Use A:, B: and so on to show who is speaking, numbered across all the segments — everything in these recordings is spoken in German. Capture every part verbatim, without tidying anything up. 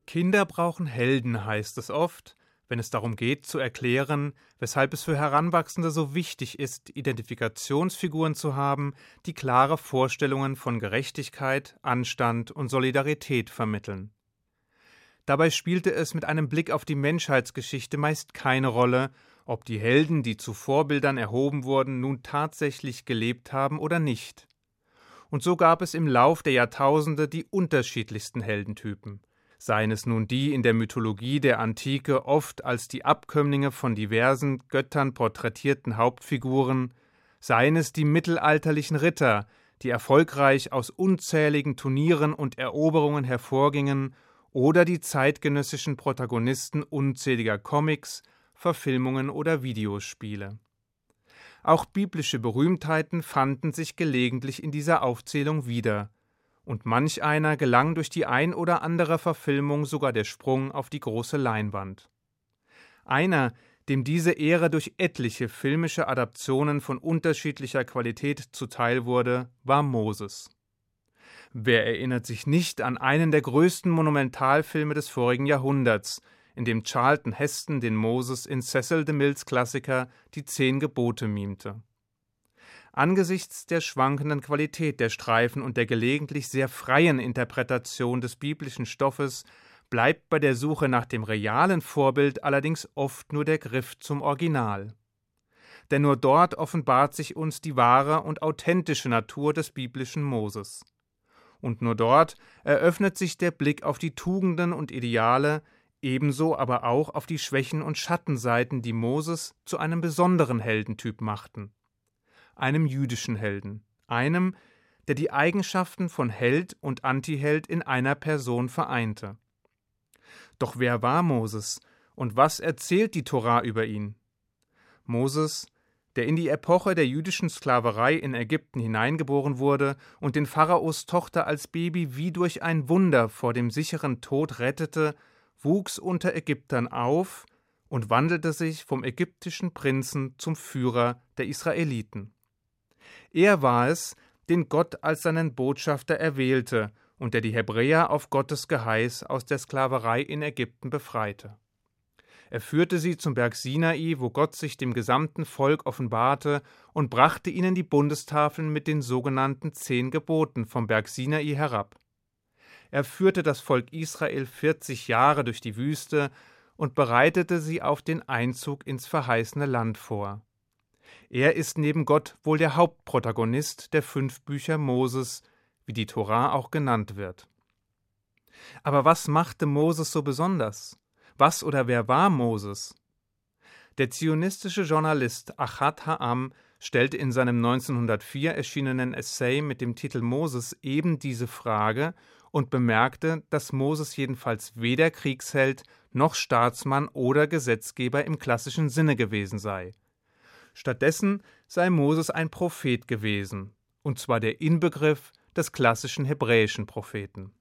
A: Kinder brauchen Helden, heißt es oft, wenn es darum geht zu erklären, weshalb es für Heranwachsende so wichtig ist, Identifikationsfiguren zu haben, die klare Vorstellungen von Gerechtigkeit, Anstand und Solidarität vermitteln. Dabei spielte es mit einem Blick auf die Menschheitsgeschichte meist keine Rolle, ob die Helden, die zu Vorbildern erhoben wurden, nun tatsächlich gelebt haben oder nicht. Und so gab es im Lauf der Jahrtausende die unterschiedlichsten Heldentypen. Seien es nun die in der Mythologie der Antike oft als die Abkömmlinge von diversen Göttern porträtierten Hauptfiguren, seien es die mittelalterlichen Ritter, die erfolgreich aus unzähligen Turnieren und Eroberungen hervorgingen, oder die zeitgenössischen Protagonisten unzähliger Comics, Verfilmungen oder Videospiele. Auch biblische Berühmtheiten fanden sich gelegentlich in dieser Aufzählung wieder, und manch einer gelang durch die ein oder andere Verfilmung sogar der Sprung auf die große Leinwand. Einer, dem diese Ehre durch etliche filmische Adaptionen von unterschiedlicher Qualität zuteil wurde, war Moses. Wer erinnert sich nicht an einen der größten Monumentalfilme des vorigen Jahrhunderts, in dem Charlton Heston den Moses in Cecil DeMilles Klassiker Die Zehn Gebote mimte. Angesichts der schwankenden Qualität der Streifen und der gelegentlich sehr freien Interpretation des biblischen Stoffes bleibt bei der Suche nach dem realen Vorbild allerdings oft nur der Griff zum Original. Denn nur dort offenbart sich uns die wahre und authentische Natur des biblischen Moses. Und nur dort eröffnet sich der Blick auf die Tugenden und Ideale, ebenso aber auch auf die Schwächen und Schattenseiten, die Moses zu einem besonderen Heldentyp machten. Einem jüdischen Helden, einem, der die Eigenschaften von Held und Antiheld in einer Person vereinte. Doch wer war Moses und was erzählt die Tora über ihn? Moses, der in die Epoche der jüdischen Sklaverei in Ägypten hineingeboren wurde und den Pharaos Tochter als Baby wie durch ein Wunder vor dem sicheren Tod rettete, wuchs unter Ägyptern auf und wandelte sich vom ägyptischen Prinzen zum Führer der Israeliten. Er war es, den Gott als seinen Botschafter erwählte und der die Hebräer auf Gottes Geheiß aus der Sklaverei in Ägypten befreite. Er führte sie zum Berg Sinai, wo Gott sich dem gesamten Volk offenbarte und brachte ihnen die Bundestafeln mit den sogenannten Zehn Geboten vom Berg Sinai herab. Er führte das Volk Israel vierzig Jahre durch die Wüste und bereitete sie auf den Einzug ins verheißene Land vor. Er ist neben Gott wohl der Hauptprotagonist der fünf Bücher Moses, wie die Tora auch genannt wird. Aber was machte Moses so besonders? Was oder wer war Moses? Der zionistische Journalist Achat Ha'am stellte in seinem neunzehnhundertvier erschienenen Essay mit dem Titel Moses eben diese Frage und bemerkte, dass Moses jedenfalls weder Kriegsheld noch Staatsmann oder Gesetzgeber im klassischen Sinne gewesen sei. Stattdessen sei Moses ein Prophet gewesen, und zwar der Inbegriff des klassischen hebräischen Propheten.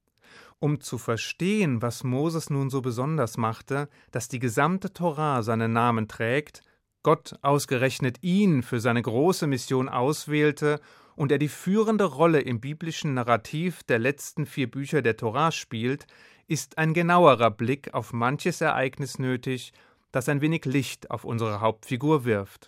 A: Um zu verstehen, was Moses nun so besonders machte, dass die gesamte Tora seinen Namen trägt, Gott ausgerechnet ihn für seine große Mission auswählte und er die führende Rolle im biblischen Narrativ der letzten vier Bücher der Tora spielt, ist ein genauerer Blick auf manches Ereignis nötig, das ein wenig Licht auf unsere Hauptfigur wirft.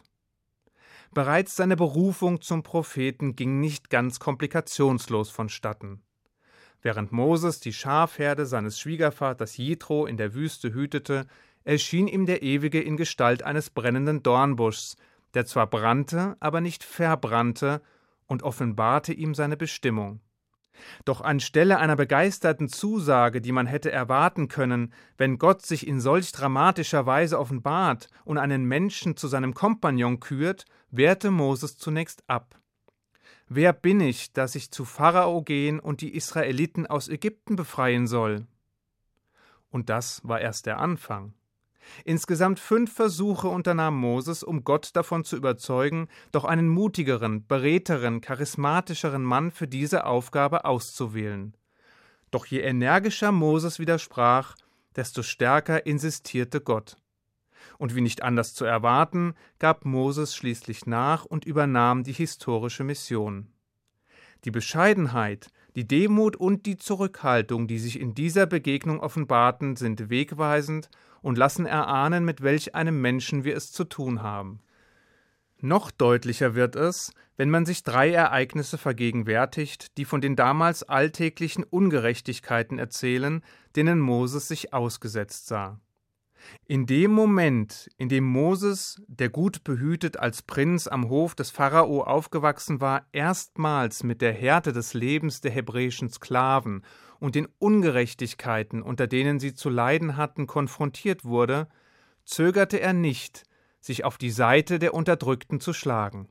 A: Bereits seine Berufung zum Propheten ging nicht ganz komplikationslos vonstatten. Während Moses die Schafherde seines Schwiegervaters Jethro in der Wüste hütete, erschien ihm der Ewige in Gestalt eines brennenden Dornbuschs, der zwar brannte, aber nicht verbrannte, und offenbarte ihm seine Bestimmung. Doch anstelle einer begeisterten Zusage, die man hätte erwarten können, wenn Gott sich in solch dramatischer Weise offenbart und einen Menschen zu seinem Kompagnon kürt, wehrte Moses zunächst ab. Wer bin ich, dass ich zu Pharao gehen und die Israeliten aus Ägypten befreien soll? Und das war erst der Anfang. Insgesamt fünf Versuche unternahm Moses, um Gott davon zu überzeugen, doch einen mutigeren, beredteren, charismatischeren Mann für diese Aufgabe auszuwählen. Doch je energischer Moses widersprach, desto stärker insistierte Gott. Und wie nicht anders zu erwarten, gab Moses schließlich nach und übernahm die historische Mission. Die Bescheidenheit, die Demut und die Zurückhaltung, die sich in dieser Begegnung offenbarten, sind wegweisend und lassen erahnen, mit welch einem Menschen wir es zu tun haben. Noch deutlicher wird es, wenn man sich drei Ereignisse vergegenwärtigt, die von den damals alltäglichen Ungerechtigkeiten erzählen, denen Moses sich ausgesetzt sah. In dem Moment, in dem Moses, der gut behütet als Prinz am Hof des Pharao aufgewachsen war, erstmals mit der Härte des Lebens der hebräischen Sklaven und den Ungerechtigkeiten, unter denen sie zu leiden hatten, konfrontiert wurde, zögerte er nicht, sich auf die Seite der Unterdrückten zu schlagen.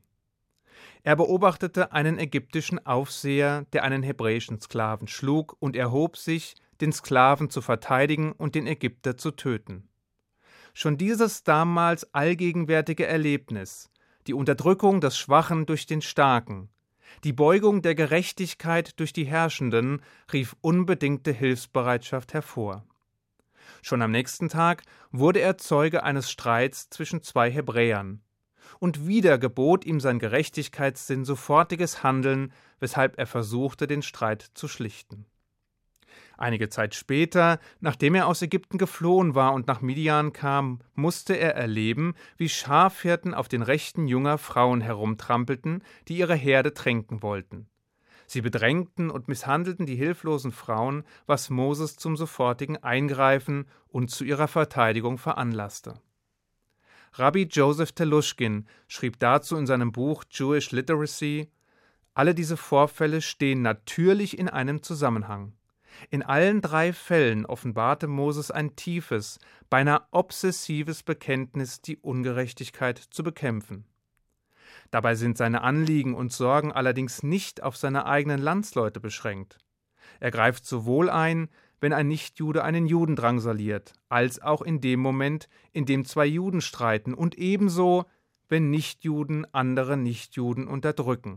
A: Er beobachtete einen ägyptischen Aufseher, der einen hebräischen Sklaven schlug, und erhob sich, den Sklaven zu verteidigen und den Ägypter zu töten. Schon dieses damals allgegenwärtige Erlebnis, die Unterdrückung des Schwachen durch den Starken, die Beugung der Gerechtigkeit durch die Herrschenden, rief unbedingte Hilfsbereitschaft hervor. Schon am nächsten Tag wurde er Zeuge eines Streits zwischen zwei Hebräern. Und wieder gebot ihm sein Gerechtigkeitssinn sofortiges Handeln, weshalb er versuchte, den Streit zu schlichten. Einige Zeit später, nachdem er aus Ägypten geflohen war und nach Midian kam, musste er erleben, wie Schafhirten auf den Rechten junger Frauen herumtrampelten, die ihre Herde tränken wollten. Sie bedrängten und misshandelten die hilflosen Frauen, was Moses zum sofortigen Eingreifen und zu ihrer Verteidigung veranlasste. Rabbi Joseph Telushkin schrieb dazu in seinem Buch Jewish Literacy: Alle diese Vorfälle stehen natürlich in einem Zusammenhang. In allen drei Fällen offenbarte Moses ein tiefes, beinahe obsessives Bekenntnis, die Ungerechtigkeit zu bekämpfen. Dabei sind seine Anliegen und Sorgen allerdings nicht auf seine eigenen Landsleute beschränkt. Er greift sowohl ein, wenn ein Nichtjude einen Juden drangsaliert, als auch in dem Moment, in dem zwei Juden streiten, und ebenso, wenn Nichtjuden andere Nichtjuden unterdrücken.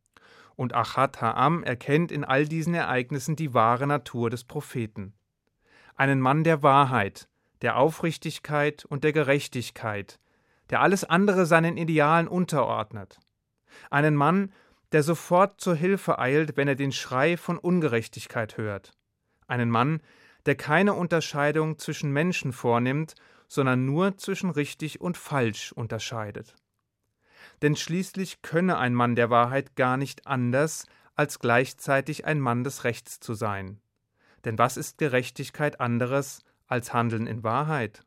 A: Und Achat Ha'am erkennt in all diesen Ereignissen die wahre Natur des Propheten. Einen Mann der Wahrheit, der Aufrichtigkeit und der Gerechtigkeit, der alles andere seinen Idealen unterordnet. Einen Mann, der sofort zur Hilfe eilt, wenn er den Schrei von Ungerechtigkeit hört. Einen Mann, der keine Unterscheidung zwischen Menschen vornimmt, sondern nur zwischen richtig und falsch unterscheidet. Denn schließlich könne ein Mann der Wahrheit gar nicht anders, als gleichzeitig ein Mann des Rechts zu sein. Denn was ist Gerechtigkeit anderes als Handeln in Wahrheit?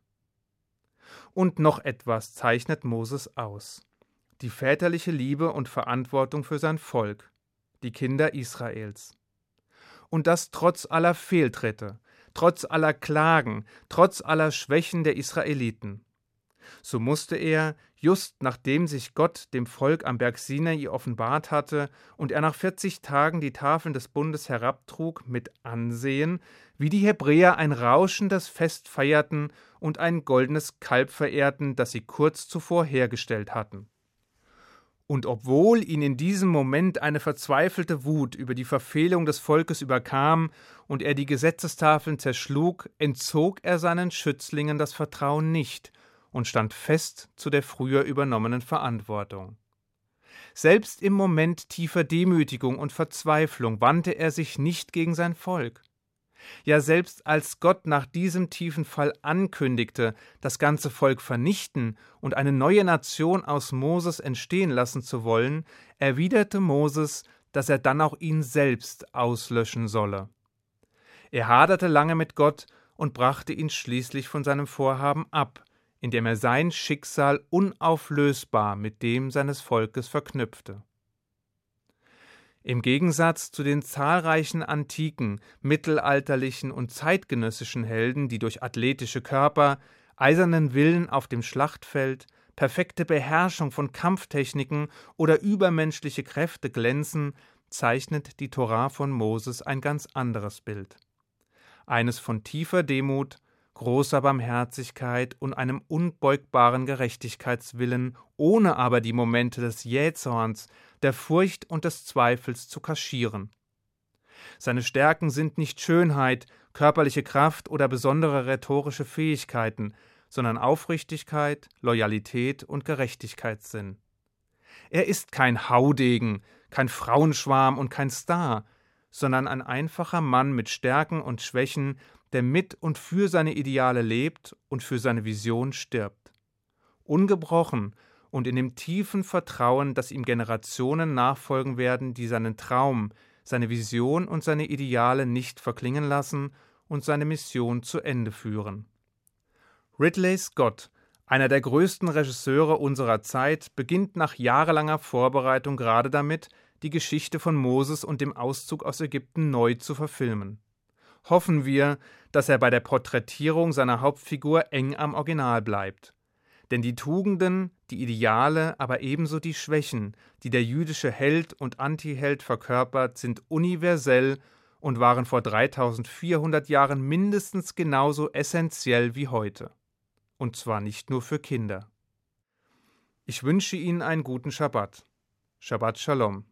A: Und noch etwas zeichnet Moses aus: die väterliche Liebe und Verantwortung für sein Volk, die Kinder Israels. Und das trotz aller Fehltritte, trotz aller Klagen, trotz aller Schwächen der Israeliten. So musste er, just nachdem sich Gott dem Volk am Berg Sinai offenbart hatte und er nach vierzig Tagen die Tafeln des Bundes herabtrug, mit ansehen, wie die Hebräer ein rauschendes Fest feierten und ein goldenes Kalb verehrten, das sie kurz zuvor hergestellt hatten. Und obwohl ihn in diesem Moment eine verzweifelte Wut über die Verfehlung des Volkes überkam und er die Gesetzestafeln zerschlug, entzog er seinen Schützlingen das Vertrauen nicht und stand fest zu der früher übernommenen Verantwortung. Selbst im Moment tiefer Demütigung und Verzweiflung wandte er sich nicht gegen sein Volk. Ja, selbst als Gott nach diesem tiefen Fall ankündigte, das ganze Volk vernichten und eine neue Nation aus Moses entstehen lassen zu wollen, erwiderte Moses, dass er dann auch ihn selbst auslöschen solle. Er haderte lange mit Gott und brachte ihn schließlich von seinem Vorhaben ab, indem er sein Schicksal unauflösbar mit dem seines Volkes verknüpfte. Im Gegensatz zu den zahlreichen antiken, mittelalterlichen und zeitgenössischen Helden, die durch athletische Körper, eisernen Willen auf dem Schlachtfeld, perfekte Beherrschung von Kampftechniken oder übermenschliche Kräfte glänzen, zeichnet die Tora von Moses ein ganz anderes Bild. Eines von tiefer Demut, großer Barmherzigkeit und einem unbeugbaren Gerechtigkeitswillen, ohne aber die Momente des Jähzorns, der Furcht und des Zweifels zu kaschieren. Seine Stärken sind nicht Schönheit, körperliche Kraft oder besondere rhetorische Fähigkeiten, sondern Aufrichtigkeit, Loyalität und Gerechtigkeitssinn. Er ist kein Haudegen, kein Frauenschwarm und kein Star, sondern ein einfacher Mann mit Stärken und Schwächen, der mit und für seine Ideale lebt und für seine Vision stirbt. Ungebrochen und in dem tiefen Vertrauen, dass ihm Generationen nachfolgen werden, die seinen Traum, seine Vision und seine Ideale nicht verklingen lassen und seine Mission zu Ende führen. Ridley Scott, einer der größten Regisseure unserer Zeit, beginnt nach jahrelanger Vorbereitung gerade damit, die Geschichte von Moses und dem Auszug aus Ägypten neu zu verfilmen. Hoffen wir, dass er bei der Porträtierung seiner Hauptfigur eng am Original bleibt. Denn die Tugenden, die Ideale, aber ebenso die Schwächen, die der jüdische Held und Antiheld verkörpert, sind universell und waren vor dreitausendvierhundert Jahren mindestens genauso essentiell wie heute. Und zwar nicht nur für Kinder. Ich wünsche Ihnen einen guten Schabbat. Shabbat Shalom.